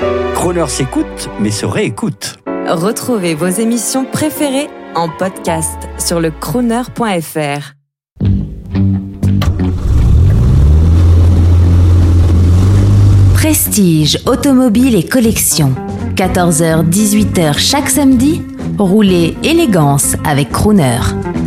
Crooner s'écoute, mais se réécoute. Retrouvez vos émissions préférées en podcast sur le crooner.fr. Prestige, automobile et collection. 14h-18h chaque samedi, roulez élégance avec Crooner.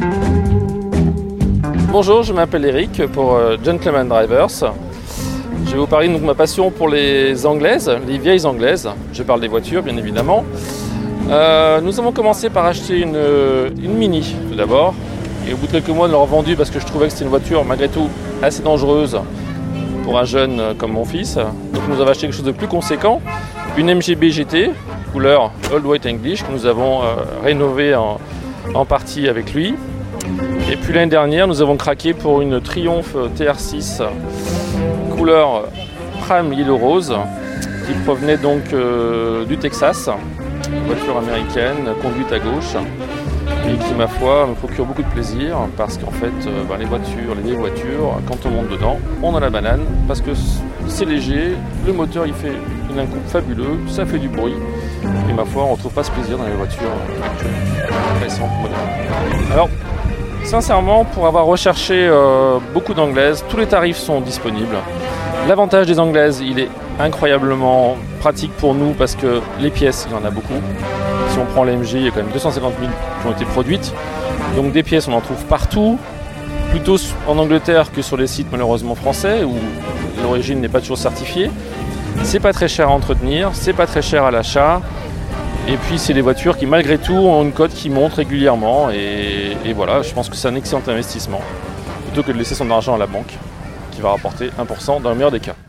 Bonjour, je m'appelle Eric pour Gentleman Drivers. Je vais vous parler de ma passion pour les anglaises, les vieilles anglaises. Je parle des voitures, bien évidemment. Nous avons commencé par acheter une Mini, tout d'abord. Et au bout de quelques mois, nous l'avons vendue parce que je trouvais que c'était une voiture, malgré tout, assez dangereuse pour un jeune comme mon fils. Donc nous avons acheté quelque chose de plus conséquent. Une MGB GT, couleur Old White English, que nous avons rénovée en partie avec lui. Et puis l'année dernière, nous avons craqué pour une Triumph TR6 couleur Prime Yellow Rose qui provenait donc du Texas, une voiture américaine conduite à gauche et qui, ma foi, me procure beaucoup de plaisir parce qu'en fait, les vieilles voitures, quand on monte dedans, on a la banane parce que c'est léger, le moteur il fait un coup fabuleux, ça fait du bruit et ma foi, on ne retrouve pas ce plaisir dans les voitures récentes, modernes. Alors, sincèrement, pour avoir recherché beaucoup d'anglaises, tous les tarifs sont disponibles. L'avantage des anglaises, il est incroyablement pratique pour nous parce que les pièces, il y en a beaucoup. Si on prend l'AMG, il y a quand même 250 000 qui ont été produites. Donc des pièces, on en trouve partout, plutôt en Angleterre que sur les sites malheureusement français où l'origine n'est pas toujours certifiée. C'est pas très cher à entretenir, c'est pas très cher à l'achat. Et puis c'est des voitures qui malgré tout ont une cote qui monte régulièrement et voilà, je pense que c'est un excellent investissement plutôt que de laisser son argent à la banque qui va rapporter 1% dans le meilleur des cas.